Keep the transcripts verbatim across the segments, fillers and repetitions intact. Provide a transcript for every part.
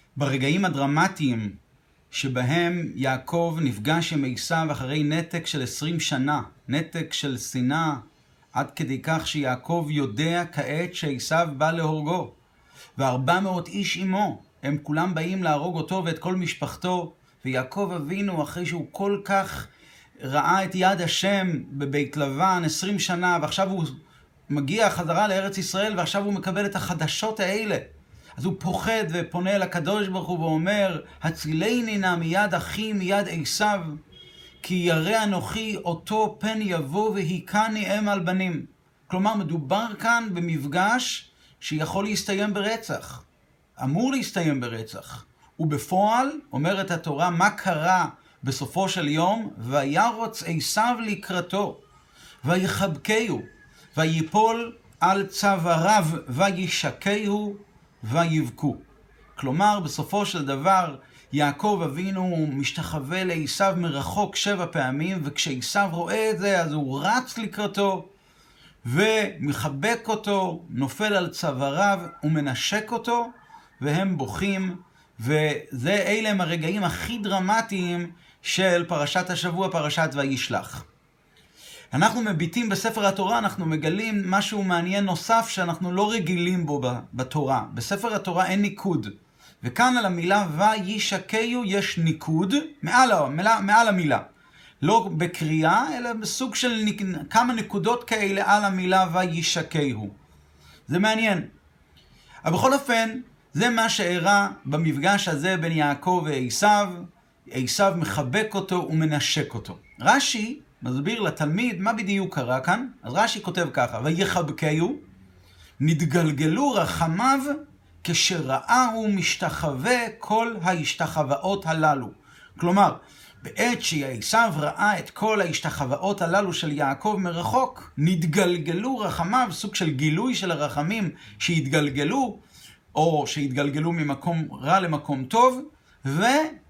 ברגעים הדרמטיים שבהם יעקב נפגש עם עשיו אחרי נתק של עשרים שנה, נתק של שנאה, עד כדי כך שיעקב יודע כעת שעשיו בא להורגו, וארבע מאות איש עמו, הם כולם באים להרוג אותו ואת כל משפחתו, ויעקב אבינו אחרי שהוא כל כך ראה את יד השם בבית לבן עשרים שנה, ועכשיו הוא מגיע חזרה לארץ ישראל, ועכשיו הוא מקבל את החדשות האלה. אז הוא פוחד ופונה אל הקדוש ברוך הוא ואומר, הצילני נא מיד אחי מיד עשיו, כי ירא אנוכי אותו פן יבוא והיכני אם על בנים. כלומר, מדובר כאן במפגש שיכול להסתיים ברצח. אמור להסתיים ברצח. ובפועל, אומרת התורה, מה קרה בסופו של יום? וירוץ עשיו לקראתו, ויחבקהו, ויפול על צוואריו, וישקהו, ויבכו. כלומר, בסופו של דבר, יעקב אבינו משתחווה לעשיו מרחוק שבע פעמים, וכשעשיו רואה את זה, אז הוא רץ לקראתו, ומחבק אותו, נופל על צוואריו, ומנשק אותו, והם בוכים, וזה אלה הם הרגעים הכי דרמטיים של פרשת השבוע, פרשת וישלח. אנחנו מביטים בספר התורה, אנחנו מגלים משהו מעניין נוסף שאנחנו לא רגילים בו בתורה. בספר התורה אין ניקוד. וכאן על המילה וישקהו יש ניקוד מעל, מעל, מעל המילה. לא בקריאה, אלא בסוג של ניק... כמה נקודות כאלה על המילה וישקהו. זה מעניין. אבל בכל אופן, זה מה שאירע במפגש הזה בין יעקב ועשיו. עשיו מחבק אותו ומנשק אותו. רש"י מסביר לתלמיד מה בדיוק קרה כאן. אז רש"י כותב ככה, ויחבקהו, נתגלגלו רחמיו כשראהו משתחווה כל ההשתחוואות הללו. כלומר, בעת שעשיו ראה את כל ההשתחוואות הללו של יעקב מרחוק, נתגלגלו רחמיו, סוג של גילוי של הרחמים שהתגלגלו, או שהתגלגלו ממקום רע למקום טוב, והוא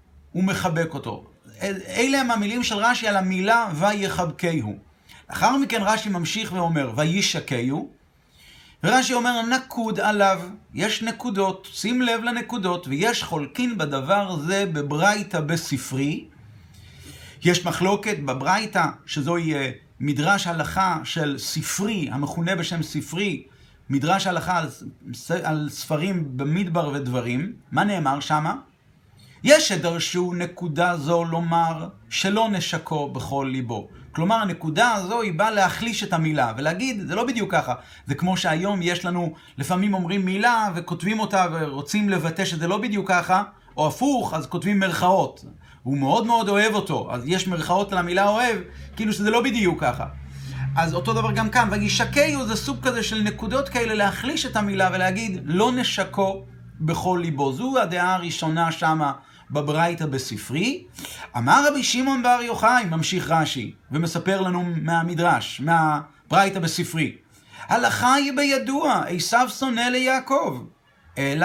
מחבק אותו. אלה הם המילים של רש"י על המילה ויחבקהו. לאחר מכן רש"י ממשיך ואומר וישקהו, ורש"י אומר נקוד עליו, יש נקודות, שים לב לנקודות, ויש חולקין בדבר זה בברייתא בספרי. יש מחלוקת בברייתא, שזוהי מדרש הלכה של ספרי, המכונה בשם ספרי, מדרש הלכה על, על ספרים במדבר ודברים. מה נאמר שמה? יש שדרשו נקודה זו לומר שלא נשקו בכל ליבו. כלומר, הנקודה הזו היא באה להחליש את המילה, ולהגיד, זה לא בדיוק ככה. זה כמו שהיום יש לנו, לפעמים אומרים מילה וכותבים אותה ורוצים לבטא שזה לא בדיוק ככה, או הפוך, אז כותבים מרכאות. הוא מאוד מאוד אוהב אותו, אז יש מרכאות על המילה אוהב, כאילו שזה לא בדיוק ככה. אז אותו דבר גם כאן, וישקהו זה סוג כזה של נקודות כאלה להחליש את המילה ולהגיד, לא נשקו בכל ליבו. זו הדעה הראשונה שמה בברייתא בספרי. אמר רבי שמעון בר יוחאי, ממשיך רש"י, ומספר לנו מהמדרש, מהברייתא בספרי. הלכה היא בידוע, עשיו שונא ליעקב, אלא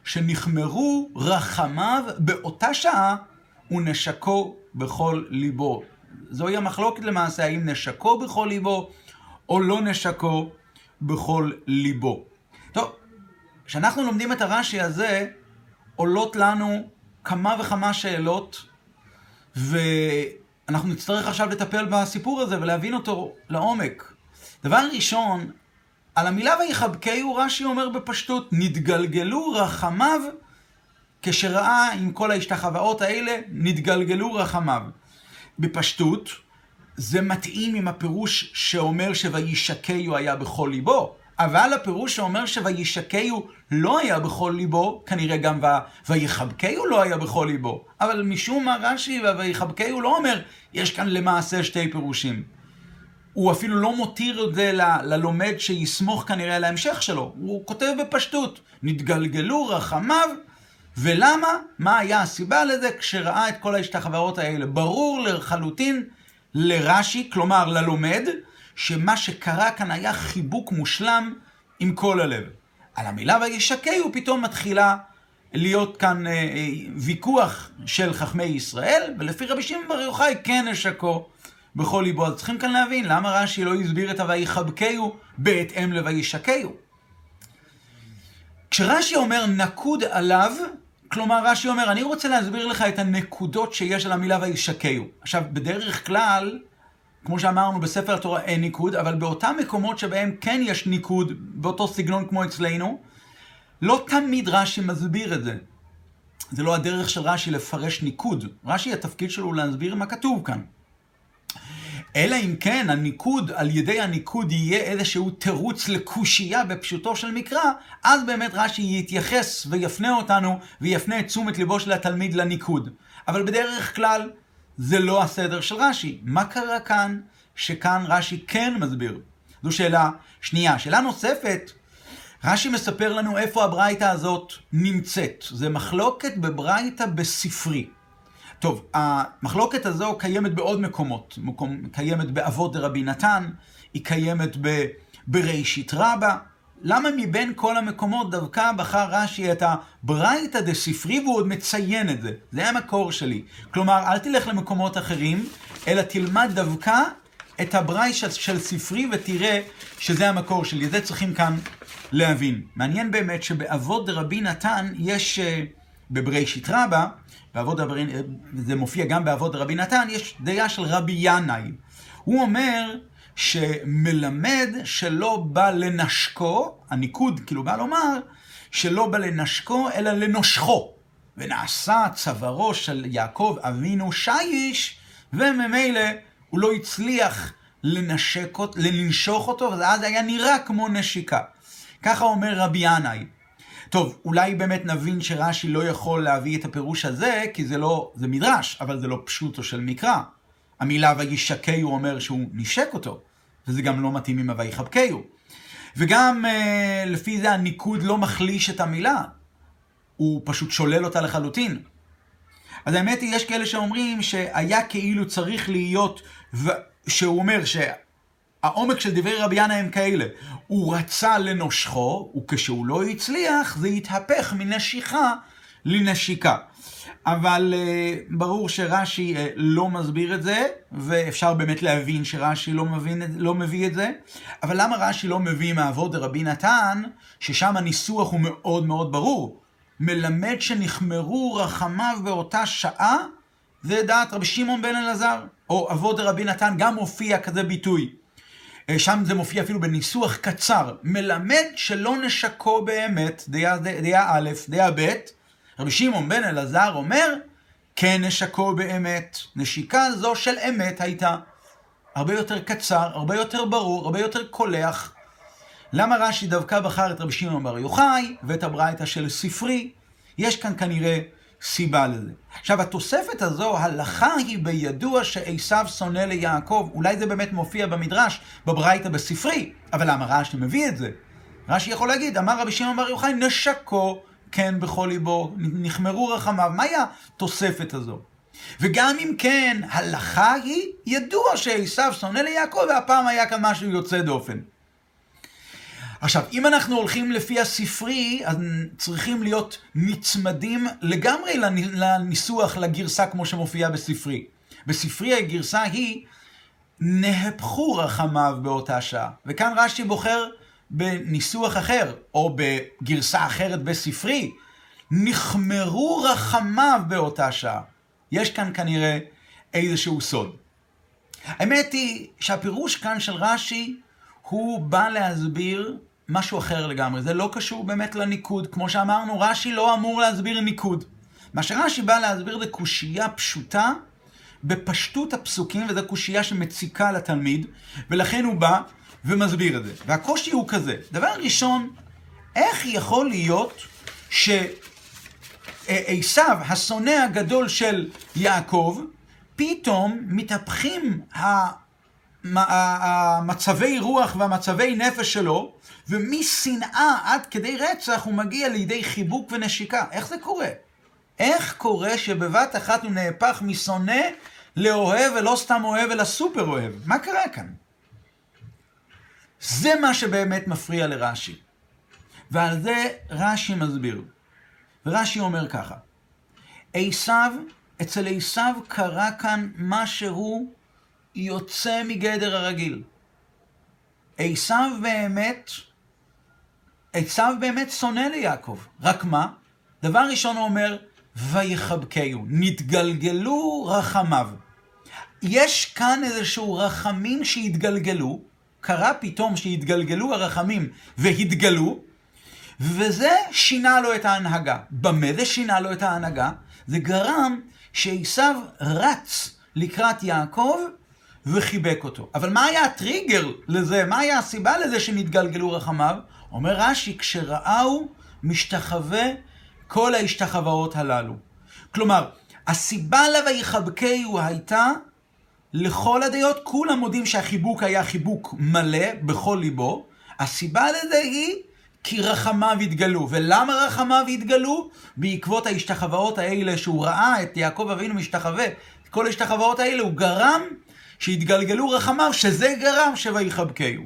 שנחמרו רחמיו באותה שעה ונשקו בכל ליבו. זוהי המחלוקת למעשה, האם נשקו בכל ליבו או לא נשקו בכל ליבו. טוב, כשאנחנו לומדים את הרש"י הזה, עולות לנו כמה וכמה שאלות, ואנחנו נצטרך עכשיו לטפל בסיפור הזה ולהבין אותו לעומק. דבר ראשון, על המילה ויחבקהו רש"י אומר בפשטות, נתגלגלו רחמיו, כשראה עם כל ההשתחוואות האלה, נתגלגלו רחמיו. בפשטות, זה מתאים עם הפירוש שאומר שוישקהו היה בכל ליבו, אבל הפירוש שאומר שוישקהו לא היה בכל ליבו, כנראה גם ויחבקהו לא היה בכל ליבו. אבל משום מה רש"י ויחבקהו לא אומר, יש כאן למעשה שתי פירושים. הוא אפילו לא מותיר את זה ל- ללומד שיסמוך כנראה על ההמשך שלו. הוא כותב בפשטות, נתגלגלו רחמיו, ולמה? מה היה הסיבה לזה? כשראה את כל ההשתחוואות האלה. ברור לחלוטין לרש"י, כלומר ללומד, שמה שקרה כאן היה חיבוק מושלם עם כל הלב. על המילה וישקהו פתאום מתחילה להיות כאן אה, אה, ויכוח של חכמי ישראל, ולפי רבי שמעון בר יוחאי כן נשקו בכל ליבו. אז צריכים כאן להבין למה רש"י לא הסביר את הויחבקהו בהתאם לוישקהו. כשרש"י אומר נקוד עליו, כלומר, רש"י אומר, אני רוצה להסביר לך את הנקודות שיש על המילה וישקהו. עכשיו, בדרך כלל, כמו שאמרנו, בספר התורה אין ניקוד, אבל באותם מקומות שבהם כן יש ניקוד, באותו סגנון כמו אצלנו, לא תמיד רש"י מסביר את זה. זה לא הדרך של רש"י לפרש ניקוד. רש"י, התפקיד שלו הוא להסביר מה כתוב כאן. אלא אם כן, הניקוד, על ידי הניקוד יהיה איזשהו תירוץ לקושייה בפשוטו של מקרא, אז באמת רש"י יתייחס ויפנה אותנו, ויפנה את תשומת ליבו של התלמיד לניקוד. אבל בדרך כלל, זה לא הסדר של רש"י. מה קרה כאן שכאן רש"י כן מסביר? זו שאלה שנייה. שאלה נוספת, רש"י מספר לנו איפה הברייתא הזאת נמצאת. זה מחלוקת בברייתא בספרי. טוב, המחלוקת הזו קיימת בעוד מקומות. מקום, קיימת באבות דרבי נתן, היא קיימת ב, בראשית רבה. למה מבין כל המקומות דווקא בחר רש"י את הברייתא דספרי והוא עוד מציין את זה? זה המקור שלי. כלומר, אל תלך למקומות אחרים, אלא תלמד דווקא את הברייתא של ספרי ותראה שזה המקור שלי. זה צריכים כאן להבין. מעניין באמת שבאבות דרבי נתן יש בבראשית רבה, באבות דרבי, זה מופיע גם באבות דרבי נתן, יש דעה של רבי ינאי. הוא אומר שמלמד שלא בא לנשקו, הניקוד כאילו בא לומר, שלא בא לנשקו אלא לנושכו. ונעשה צווארו של יעקב אבינו שיש, וממילא הוא לא הצליח לנשק, לנשוך אותו, ואז היה נראה כמו נשיקה. ככה אומר רבי ינאי. טוב, אולי באמת נבין שרש"י לא יכול להביא את הפירוש הזה, כי זה לא, זה מדרש, אבל זה לא פשוטו של מקרא. המילה וישקהו אומר שהוא נשק אותו, וזה גם לא מתאים עם ויחבקהו. וגם אה, לפי זה הניקוד לא מחליש את המילה, הוא פשוט שולל אותה לחלוטין. אז האמת היא, יש כאלה שאומרים שהיה כאילו צריך להיות, ו... שהוא אומר שהעומק של דברי רבי ינאי הם כאלה, הוא רצה לנושכו, וכשהוא לא הצליח, זה יתהפך מנשיכה לנשיקה. אבל uh, ברור שרש"י uh, לא מסביר את זה, ואפשר באמת להבין שרש"י לא, מבין, לא מביא את זה. אבל למה רש"י לא מביא מאבות דרבי נתן, ששם הניסוח הוא מאוד מאוד ברור? מלמד שנחמרו רחמיו באותה שעה, זה דעת רבי שמעון בן אלעזר. או אבות דרבי נתן גם מופיע כזה ביטוי. שם זה מופיע אפילו בניסוח קצר. מלמד שלא נשקו באמת, דעה, דעה א', דעה ב', רבי שמעון בן אלעזר אומר, כן נשקו באמת. נשיקה זו של אמת הייתה. הרבה יותר קצר, הרבה יותר ברור, הרבה יותר קולח. למה רש"י דווקא בחר את רבי שמעון בר יוחאי ואת הברייתא של ספרי? יש כאן כנראה סיבה לזה. עכשיו, התוספת הזו, הלכה היא בידוע שעשיו שונא ליעקב. אולי זה באמת מופיע במדרש, בברייתא בספרי. אבל למה רש"י מביא את זה? רש"י יכול להגיד, אמר רבי שמעון בר יוחאי, נשקו כן בכל ליבו, נחמרו רחמיו. מהי התוספת הזו? וגם אם כן, הלכה היא ידוע שעשיו שונא ליעקב, והפעם היה כאן משהו יוצא דופן. עכשיו, אם אנחנו הולכים לפי הספרי, אז צריכים להיות נצמדים לגמרי לניסוח, לגרסה כמו שמופיעה בספרי. בספרי הגרסה היא, נהפכו רחמיו באותה שעה. וכאן רש"י בוחר בניסוח אחר, או בגרסה אחרת בספרי, נחמרו רחמיו באותה שעה. יש כאן כנראה איזשהו סוד. האמת היא שהפירוש כאן של רש"י, הוא בא להסביר משהו אחר לגמרי. זה לא קשור באמת לניקוד. כמו שאמרנו, רש"י לא אמור להסביר ניקוד. מה שרש"י בא להסביר זה קושייה פשוטה, בפשטות הפסוקים, וזו קושייה שמציקה לתלמיד, ולכן הוא בא ומסביר את זה. והקושי הוא כזה. דבר ראשון, איך יכול להיות שעשיו, השונא הגדול של יעקב, פתאום מתהפכים המצבי רוח והמצבי נפש שלו, ומשנאה עד כדי רצח הוא מגיע לידי חיבוק ונשיקה. איך זה קורה? איך קורה שבבת אחת הוא נהפך משונא לאוהב, ולא סתם אוהב, אלא סופר אוהב? מה קרה כאן? זה מה שבאמת מפריע לרש"י. ועל זה רש"י מסביר. ורש"י אומר ככה, עשיו, אצל עשיו קרה כאן משהו יוצא מגדר הרגיל. עשיו באמת, עשיו באמת שונא ליעקב. רק מה? דבר ראשון הוא אומר, ויחבקהו, נתגלגלו רחמיו. יש כאן איזשהו רחמים שהתגלגלו, קרה פתאום שהתגלגלו הרחמים והתגלו, וזה שינה לו את ההנהגה. במה זה שינה לו את ההנהגה? זה גרם שעשיו רץ לקראת יעקב וחיבק אותו. אבל מה היה הטריגר לזה? מה היה הסיבה לזה שנתגלגלו רחמיו? אומר רש"י, כשראו משתחווה כל ההשתחוואות הללו. כלומר, הסיבה לה ויחבקהו הייתה לכל הדעות, כולם מודים שהחיבוק היה חיבוק מלא בכל ליבו. הסיבה לזה היא כי רחמיו התגלו. ולמה רחמיו התגלו? בעקבות ההשתחוואות האלה שהוא ראה את יעקב אבינו משתחווה, כל ההשתחוואות האלה הוא גרם שהתגלגלו רחמיו, שזה גרם שויחבקהו.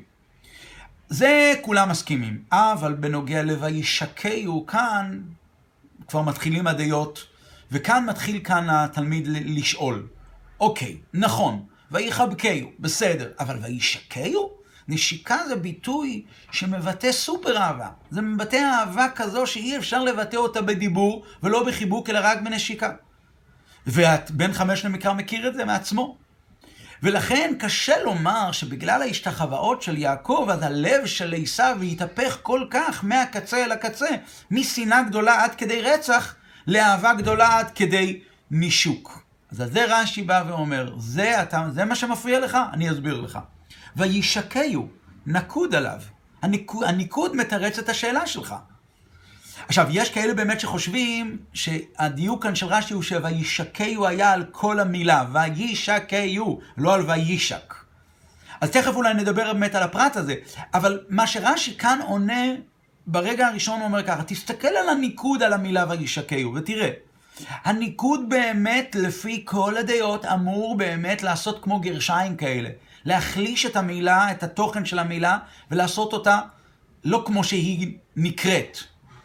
זה כולם מסכימים. אבל בנוגע לוישקהו, כאן כבר מתחילים הדעות, וכאן מתחיל כאן התלמיד לשאול. אוקיי, נכון, ויחבקהו, בסדר, אבל וישקהו? נשיקה זה ביטוי שמבטא סופר אהבה. זה מבטא אהבה כזו שאי אפשר לבטא אותה בדיבור, ולא בחיבוק, אלא רק בנשיקה. ובן חמש למקרא מכיר את זה מעצמו. ולכן קשה לומר שבגלל ההשתחוואות של יעקב, אז הלב של עשיו יתהפך כל כך מהקצה אל הקצה, משנאה גדולה עד כדי רצח, לאהבה גדולה עד כדי נישוק. אז זה רש"י בא ואומר, זה, אתה, זה מה שמפריע לך? אני אסביר לך. וישקהו, נקוד עליו. הניקוד, הניקוד מתרץ את השאלה שלך. עכשיו, יש כאלה באמת שחושבים שהדיוק כאן של רש"י הוא שוישקהו היה על כל המילה, וישקהו, לא על וישק. אז תכף אולי נדבר באמת על הפרט הזה, אבל מה שרש"י כאן עונה, ברגע הראשון הוא אומר ככה, תסתכל על הניקוד על המילה וישקהו, ותראה, הניקוד באמת לפי כל הדעות אמור באמת לעשות כמו גרשיים כאלה, להחליש את המילה, את התוכן של המילה, ולעשות אותה לא כמו שהיא נקראת.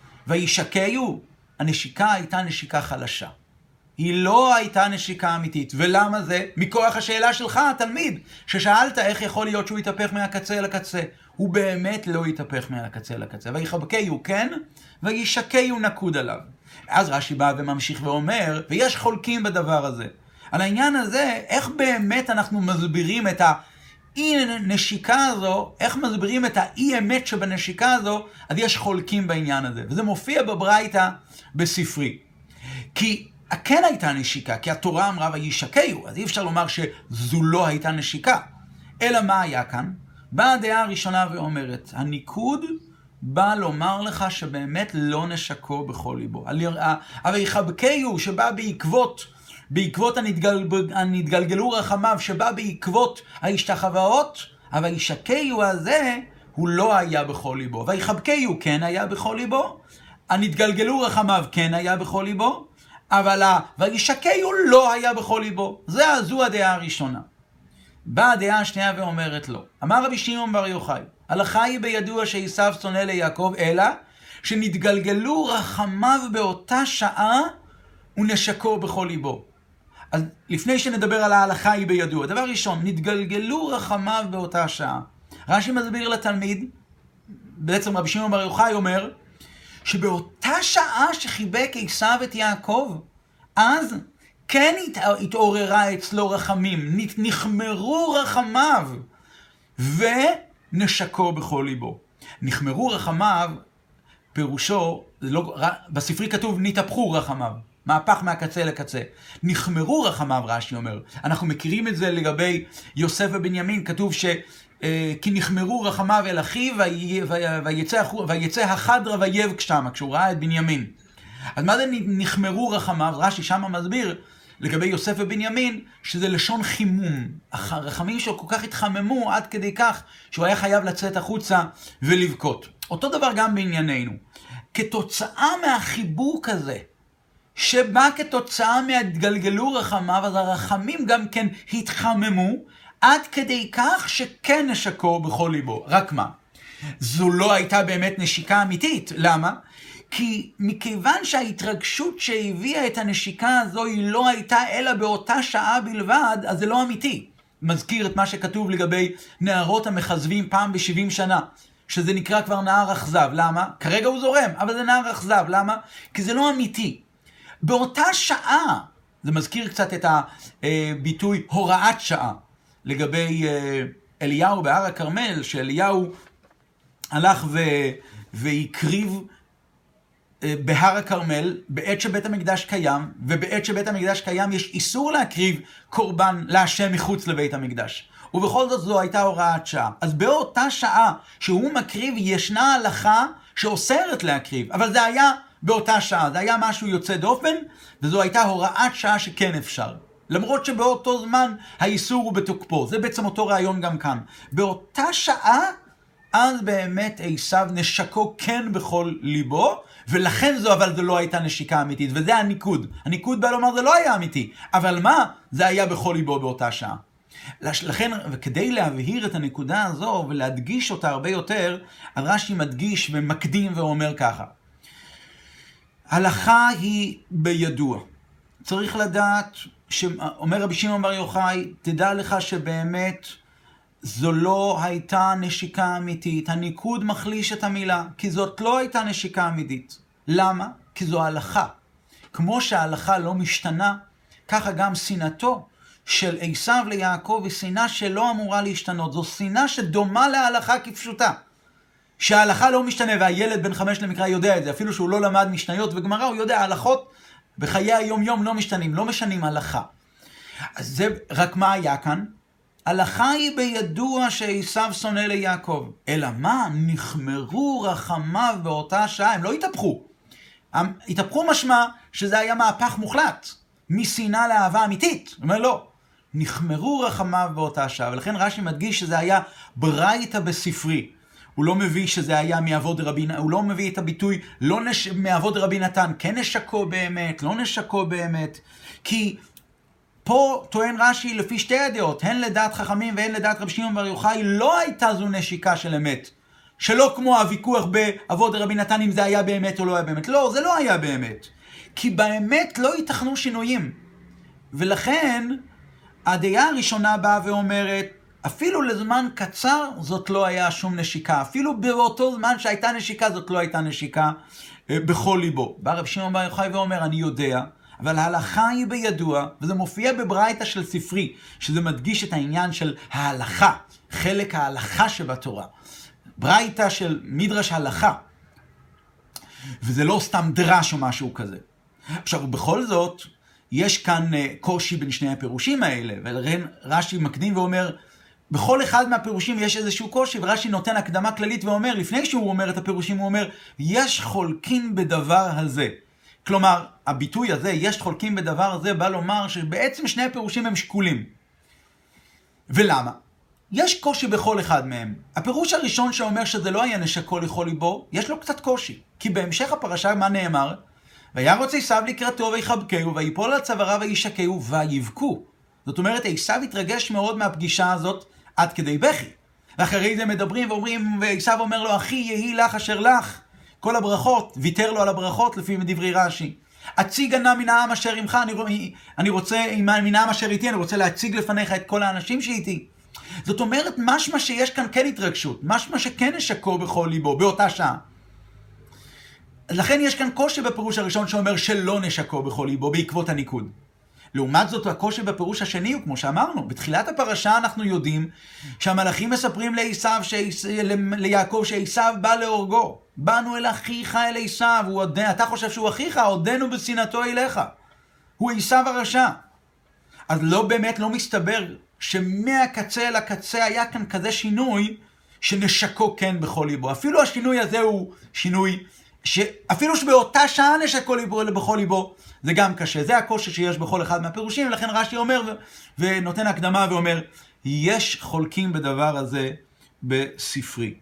וישקהו, הנשיקה הייתה נשיקה חלשה. היא לא הייתה נשיקה אמיתית. ולמה זה? מכוח השאלה שלך, התלמיד, ששאלת איך יכול להיות שהוא יתהפך מהקצה אל הקצה. הוא באמת לא יתהפך מהקצה אל הקצה. ויחבקהו כן, וישקהו נקוד עליו. אז רש"י בא וממשיך ואומר, ויש חולקים בדבר הזה. על העניין הזה, איך באמת אנחנו מסבירים את ה... אי נשיקה הזו, איך מסבירים את האי אמת שבנשיקה הזו, אז יש חולקים בעניין הזה. וזה מופיע בברייתא בספרי. כי כן הייתה נשיקה, כי התורה אמרה וישקהו, אז אי אפשר לומר שזו לא הייתה נשיקה. אלא מה היה כאן? באה הדעה הראשונה ואומרת, הניקוד בא לומר לך שבאמת לא נשקו בכל ליבו. אבל יחבקהו שבא בעקבות... בעקבות הנתגל... הנתגלגלו רחמיו שבא בעקבות ההשתחוואות, אבל ישקהו הזה הוא לא היה בכל ליבו. ויחבקהו כן היה בכל ליבו, הנתגלגלו רחמיו כן היה בכל ליבו, אבל וישקהו לא היה בכל ליבו. זה, זו הדעה הראשונה. באה הדעה השנייה ואומרת לו. אמר רבי שמעון בר יוחאי, הלכה היא בידוע שעשיו שונא ליעקב, אלא שנתגלגלו רחמיו באותה שעה ונשקו בכל ליבו. אז לפני שנדבר על ההלכה היא בידוע, דבר ראשון, נתגלגלו רחמיו באותה שעה. רש"י מסביר לתלמיד, בעצם רבי שמעון בר יוחאי אומר, שבאותה שעה שחיבק עשיו את יעקב, אז כן התעוררה אצלו רחמים, נחמרו רחמיו, ונשקו בכל ליבו. נחמרו רחמיו, פירושו, לא, בספרי כתוב נתהפכו רחמיו. מהפך מהקצה לקצה. נחמרו רחמיו, רש"י אומר. אנחנו מכירים את זה לגבי יוסף ובנימין, כתוב ש... כי נחמרו רחמיו אל אחיו, ויצא החדרה ויבק שם, כשהוא ראה את בנימין. אז מה זה נחמרו רחמיו? רש"י שם מסביר לגבי יוסף ובנימין, שזה לשון חימום. הרחמים שלו כל כך התחממו עד כדי כך, שהוא היה חייב לצאת החוצה ולבכות. אותו דבר גם בענייננו. כתוצאה מהחיבוק הזה, שבא כתוצאה מהתגלגלו רחמיו, אז הרחמים גם כן התחממו, עד כדי כך שכן נשקו בכל ליבו. רק מה? זו לא הייתה באמת נשיקה אמיתית. למה? כי מכיוון שההתרגשות שהביאה את הנשיקה הזו היא לא הייתה אלא באותה שעה בלבד, אז זה לא אמיתי. מזכיר את מה שכתוב לגבי נערות המחזבים פעם ב-שבעים שנה. שזה נקרא כבר נהר אכזב. למה? כרגע הוא זורם, אבל זה נהר אכזב. למה? כי זה לא אמיתי. באותה שעה, זה מזכיר קצת את הביטוי הוראת שעה, לגבי אליהו בהר הכרמל, שאליהו הלך ו... והקריב בהר הכרמל, בעת שבית המקדש קיים, ובעת שבית המקדש קיים יש איסור להקריב קורבן להשם מחוץ לבית המקדש. ובכל זאת זו הייתה הוראת שעה. אז באותה שעה שהוא מקריב ישנה הלכה שאוסרת להקריב, אבל זה היה באותה שעה, זה היה משהו יוצא דופן, וזו הייתה הוראת שעה שכן אפשר. למרות שבאותו זמן האיסור הוא בתוקפו. זה בעצם אותו רעיון גם כאן. באותה שעה, אז באמת עשיו נשקו כן בכל ליבו, ולכן זו, אבל זו לא הייתה נשיקה אמיתית, וזה הניקוד. הניקוד בא לומר זה לא היה אמיתי, אבל מה? זה היה בכל ליבו באותה שעה. לכן, וכדי להבהיר את הנקודה הזו ולהדגיש אותה הרבה יותר, רש"י מדגיש ומקדים ואומר ככה. הלכה היא בידוע. צריך לדעת, שאומר רבי שמעון בר יוחאי, תדע לך שבאמת זו לא הייתה נשיקה אמיתית. הניקוד מחליש את המילה, כי זאת לא הייתה נשיקה אמיתית. למה? כי זו הלכה. כמו שההלכה לא משתנה, ככה גם שנאתו של עשיו ליעקב היא שנאה שלא אמורה להשתנות. זו שנאה שדומה להלכה כפשוטה. שההלכה לא משתנה, והילד בן חמש למקרא יודע את זה, אפילו שהוא לא למד משניות וגמרא, הוא יודע, ההלכות בחיי היום יום לא משתנים, לא משנים הלכה. אז זה רק מה היה כאן? הלכה היא בידוע שעשיו שונא ליעקב. אלא מה? נחמרו רחמיו באותה שעה, הם לא התהפכו. הם התהפכו משמע שזה היה מהפך מוחלט, משנאה לאהבה אמיתית. זאת אומרת, לא. נחמרו רחמיו באותה שעה, ולכן רש"י מדגיש שזה היה ברייתא בספרי. הוא לא מביא שזה היה מאבות רבי נתן, הוא לא מביא את הביטוי לא נש... מאבות רבי נתן, כן נשקו באמת, לא נשקו באמת, כי פה טוען רש"י לפי שתי הדעות, הן לדעת חכמים והן לדעת רבי שמעון בר יוחאי, לא הייתה זו נשיקה של אמת, שלא כמו הוויכוח באבות רבי נתן אם זה היה באמת או לא היה באמת, לא, זה לא היה באמת, כי באמת לא ייתכנו שינויים, ולכן הדעה הראשונה באה ואומרת, אפילו לזמן קצר זאת לא היה שום נשיקה. אפילו באותו זמן שהייתה נשיקה זאת לא הייתה נשיקה אה, בכל ליבו. בא רב שמעון בר יוחאי ואומר, אני יודע, אבל ההלכה היא בידוע, וזה מופיע בברייתא של ספרי, שזה מדגיש את העניין של ההלכה, חלק ההלכה שבתורה. ברייתא של מדרש הלכה. וזה לא סתם דרש או משהו כזה. עכשיו, בכל זאת, יש כאן אה, קושי בין שני הפירושים האלה, ולכן רש"י מקדים ואומר, בכל אחד מהפירושים יש איזשהו קושי, ורש"י נותן הקדמה כללית ואומר, לפני שהוא אומר את הפירושים, הוא אומר, יש חולקים בדבר הזה. כלומר, הביטוי הזה, יש חולקים בדבר הזה, בא לומר שבעצם שני הפירושים הם שקולים. ולמה? יש קושי בכל אחד מהם. הפירוש הראשון שאומר שזה לא היה נשקו לכל ליבו, יש לו קצת קושי. כי בהמשך הפרשה, מה נאמר? וירוץ עשיו לקראתו ויחבקהו, ויפול על צוואריו וישקהו ויבכו. זאת אומרת, עשיו התרגש מאוד מהפגישה הזאת עד כדי בכי. ואחרי זה מדברים ואומרים, ועשיו אומר לו, אחי יהי לך אשר לך. כל הברכות, ויתר לו על הברכות לפי מדברי רש"י. הציג נא מן העם אשר עמך, אני, אני רוצה, מן העם אשר איתי, אני רוצה להציג לפניך את כל האנשים שאיתי. זאת אומרת, משמע שיש כאן כן התרגשות, משמע שכן נשקו בכל ליבו, באותה שעה. לכן יש כאן קושי בפירוש הראשון שאומר שלא נשקו בכל ליבו, בעקבות הניקוד. לעומת זאת, הקושי בפירוש השני הוא, כמו שאמרנו, בתחילת הפרשה אנחנו יודעים שהמלאכים מספרים לעשיו, ליעקב שעשיו בא להורגו. באנו אל אחיך אל עשיו, אתה חושב שהוא אחיך, עודנו בשנאתו אליך. הוא עשיו הרשע. אז לא באמת לא מסתבר שמהקצה אל הקצה היה כאן כזה שינוי שנשקו כן בכל ליבו. אפילו השינוי הזה הוא שינוי שאפילו שבאותה שעה נשקו ליבו בכל ליבו, זה גם קשה. זה הקושי שיש בכל אחד מהפירושים, ולכן רש"י אומר ו- ונותן הקדמה ואומר, יש חולקים בדבר הזה בספרי.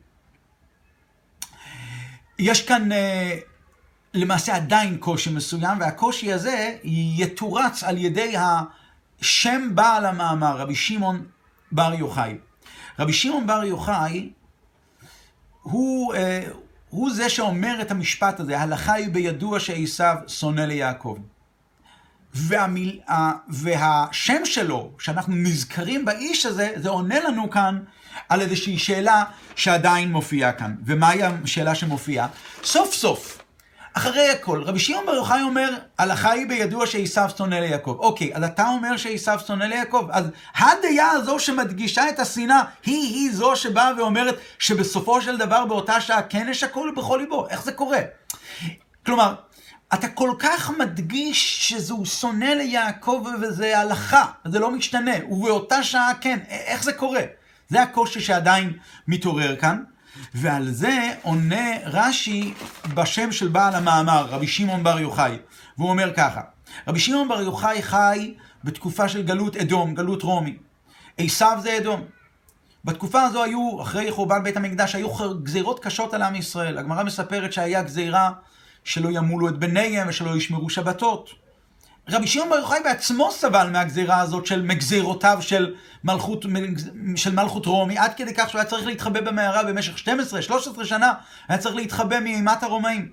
יש כאן אה, למעשה עדיין קושי מסוים, והקושי הזה יתורץ על ידי השם בעל המאמר, רבי שמעון בר יוחאי. רבי שמעון בר יוחאי הוא... אה, הוא זה שאומר את המשפט הזה, ההלכה היא בידוע שעשיו שונא ליעקב. והמיל... והשם שלו, שאנחנו נזכרים באיש הזה, זה עונה לנו כאן על איזושהי שאלה שעדיין מופיעה כאן. ומהי השאלה שמופיעה? סוף סוף, אחרי הכל, רבי שמעון בר יוחאי אומר, הלכה היא בידוע שעשיו שונא ליעקב. אוקיי, אז אתה אומר שעשיו שונא ליעקב, אז הדעה הזו שמדגישה את השנאה, היא היא זו שבאה ואומרת שבסופו של דבר באותה שעה כן יש הכל בכל ליבו. איך זה קורה? כלומר, אתה כל כך מדגיש שזהו שונא ליעקב וזה הלכה, זה לא משתנה, ובאותה שעה כן, איך זה קורה? זה הקושי שעדיין מתעורר כאן, ועל זה עונה רש"י בשם של בעל המאמר, רבי שמעון בר יוחאי, והוא אומר ככה, רבי שמעון בר יוחאי חי בתקופה של גלות אדום, גלות רומי, עשיו זה אדום. בתקופה הזו היו, אחרי חורבן בית המקדש, היו גזירות קשות על עם ישראל. הגמרא מספרת שהיה גזירה שלא ימולו את בניהם ושלא ישמרו שבתות. רבי שמעון בר יוחאי בעצמו סבל מהגזירה הזאת של מגזירותיו של מלכות, של מלכות רומי, עד כדי כך שהוא היה צריך להתחבא במערה במשך שתים עשרה שלוש עשרה שנה, היה צריך להתחבא מאימת הרומאים.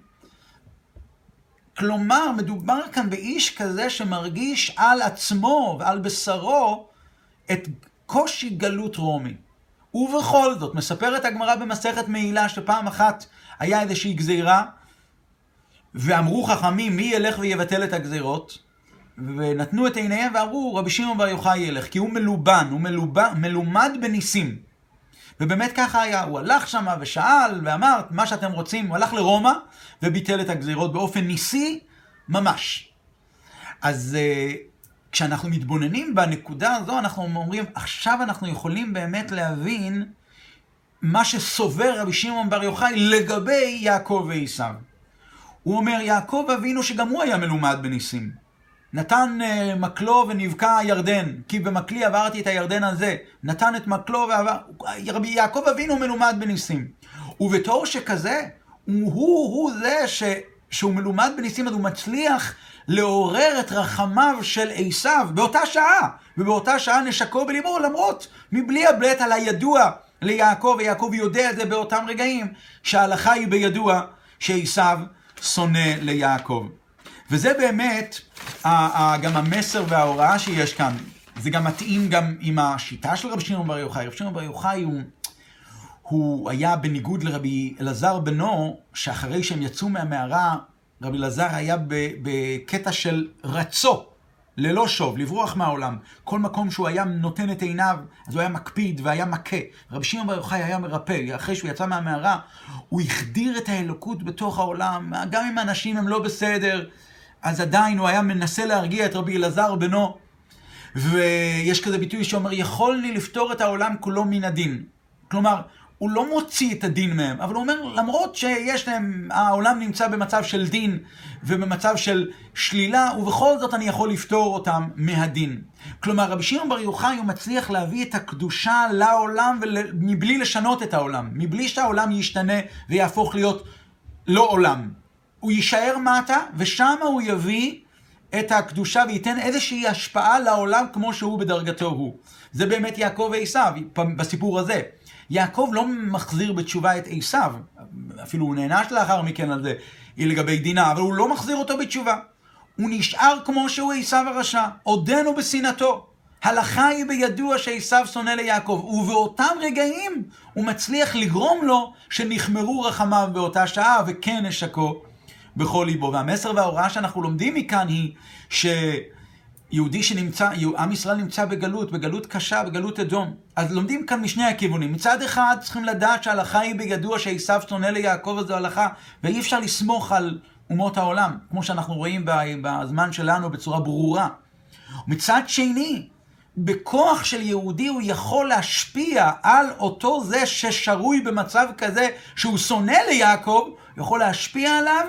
כלומר, מדובר כאן באיש כזה שמרגיש על עצמו ועל בשרו את קושי גלות רומי. ובכל זאת, מספרת הגמרא במסכת מעילה שפעם אחת היה איזושהי גזירה, ואמרו חכמים, מי ילך ויבטל את הגזירות? ונתנו את עיניהם ואמרו, רבי שמעון בר יוחאי ילך, כי הוא מלובן, הוא מלובן, מלומד בניסים. ובאמת ככה היה, הוא הלך שם ושאל ואמר, מה שאתם רוצים, הוא הלך לרומא וביטל את הגזירות באופן ניסי ממש. אז כשאנחנו מתבוננים בנקודה הזו, אנחנו אומרים, עכשיו אנחנו יכולים באמת להבין מה שסובר רבי שמעון בר יוחאי לגבי יעקב ועשיו. הוא אומר, יעקב אבינו שגם הוא היה מלומד בניסים. נתן uh, מקלו ונבקע ירדן, כי במקלי עברתי את הירדן הזה. נתן את מקלו ועבר... רבי יעקב אבינו מלומד בניסים. ובתור שכזה, הוא הוא, הוא זה ש... שהוא מלומד בניסים, אז הוא מצליח לעורר את רחמיו של עשיו באותה שעה. ובאותה שעה נשקו בליבו, למרות מבלי הבלט על הידוע ליעקב, ויעקב יודע את זה באותם רגעים, שההלכה היא בידוע שעשיו שונא ליעקב. וזה באמת גם המסר וההוראה שיש כאן. זה גם מתאים גם עם השיטה של רבי שמעון בר יוחאי. רבי שמעון בר יוחאי הוא, הוא היה בניגוד לרבי אלעזר בנו, שאחרי שהם יצאו מהמערה, רבי אלעזר היה בקטע של רצו, ללא שוב, לברוח מהעולם. כל מקום שהוא היה נותן את עיניו, אז הוא היה מקפיד והיה מכה. רבי שמעון בר יוחאי היה מרפא. אחרי שהוא יצא מהמערה, הוא החדיר את האלוקות בתוך העולם. גם אם האנשים הם לא בסדר, אז עדיין הוא היה מנסה להרגיע את רבי אלעזר בנו. ויש כזה ביטוי שאומר, יכולני לפתור את העולם כולו מן הדין. כלומר, הוא לא מוציא את הדין מהם, אבל הוא אומר, למרות שיש להם, העולם נמצא במצב של דין ובמצב של שלילה, ובכל זאת אני יכול לפתור אותם מהדין. כלומר, רבי שמעון בר יוחאי הוא מצליח להביא את הקדושה לעולם מבלי לשנות את העולם, מבלי שהעולם ישתנה ויהפוך להיות לא עולם. הוא יישאר מטה, ושם הוא יביא את הקדושה וייתן איזושהי השפעה לעולם כמו שהוא בדרגתו הוא. זה באמת יעקב ועשיו בסיפור הזה. יעקב לא מחזיר בתשובה את עשיו, אפילו הוא נענש לאחר מכן על זה, היא לגבי דינה, אבל הוא לא מחזיר אותו בתשובה. הוא נשאר כמו שהוא עשיו הרשע, עודנו בשנאתו. הלכה היא בידוע שעשיו שונא ליעקב, ובאותם רגעים הוא מצליח לגרום לו שנחמרו רחמיו באותה שעה, וכן נשקו בכל ליבו. והמסר וההוראה שאנחנו לומדים מכאן היא שיהודי שנמצא, עם ישראל נמצא בגלות, בגלות קשה, בגלות אדום. אז לומדים כאן משני הכיוונים. מצד אחד צריכים לדעת שההלכה היא בידוע שעשיו שונא ליעקב, הזו הלכה, ואי אפשר לסמוך על אומות העולם, כמו שאנחנו רואים בזמן שלנו בצורה ברורה. מצד שני, בכוח של יהודי הוא יכול להשפיע על אותו זה ששרוי במצב כזה שהוא שונא ליעקב, יכול להשפיע עליו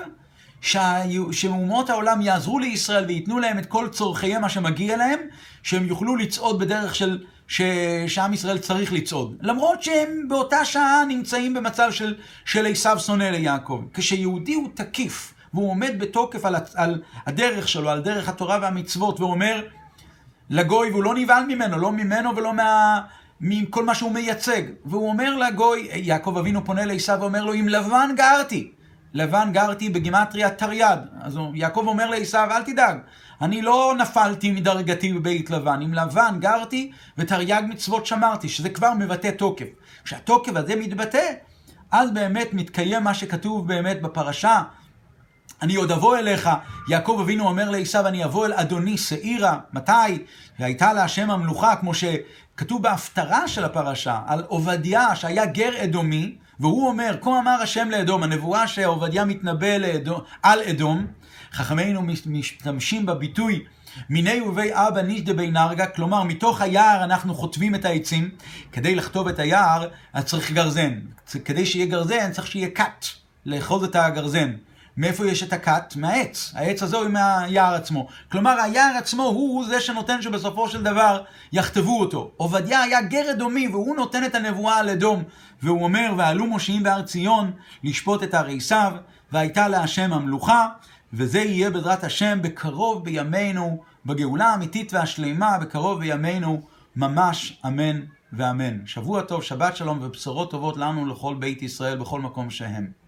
שאומות העולם יעזרו לישראל ויתנו להם את כל צורכיהם מה שמגיע להם, שהם יוכלו לצעוד בדרך של ש... שעם ישראל צריך לצעוד. למרות שהם באותה שעה נמצאים במצב של, של עשיו שונא ליעקב. כשיהודי הוא תקיף והוא עומד בתוקף על, על הדרך שלו, על דרך התורה והמצוות, והוא אומר לגוי, והוא לא נבהל ממנו, לא ממנו ולא מה... מכל מה שהוא מייצג. והוא אומר לגוי, יעקב אבינו פונה לעשיו ואומר לו, עם לבן גרתי, לבן גרתי בגימטריה תרי"ד. אז יעקב אומר לעשיו, אל תדאג, אני לא נפלתי מדרגתי בבית לבן, עם לבן גרתי ותרי"ג מצוות שמרתי, שזה כבר מבטא תוקף. כשהתוקף הזה מתבטא, אז באמת מתקיים מה שכתוב באמת בפרשה, אני עוד אבוא אליך. יעקב אבינו אומר לעשיו, אני אבוא אל אדוני שעירה. מתי? והייתה להשם המלוכה, כמו שכתוב בהפטרה של הפרשה, על עובדיה שהיה גר אדומי, והוא אומר, כה אמר השם לאדום, הנבואה שעובדיה מתנבא לאדום, על אדום. חכמינו משתמשים בביטוי, מיני ובי אבא נשדה בי נרגה, כלומר מתוך היער אנחנו חוטבים את העצים. כדי לחטוב את היער אז צריך גרזן, כדי שיהיה גרזן צריך שיהיה קט לאחוז את הגרזן. מאיפה יש את הקט? מהעץ. העץ הזה הוא מהיער עצמו. כלומר, היער עצמו הוא זה שנותן שבסופו של דבר יכתבו אותו. עובדיה היה גר אדומי, והוא נותן את הנבואה על אדום. והוא אומר, ועלו מושיעים בהר ציון לשפוט את הרי עשיו, והייתה להשם המלוכה, וזה יהיה בעזרת השם בקרוב בימינו, בגאולה האמיתית והשלימה, בקרוב בימינו, ממש אמן ואמן. שבוע טוב, שבת שלום ובשורות טובות לנו לכל בית ישראל בכל מקום שהם.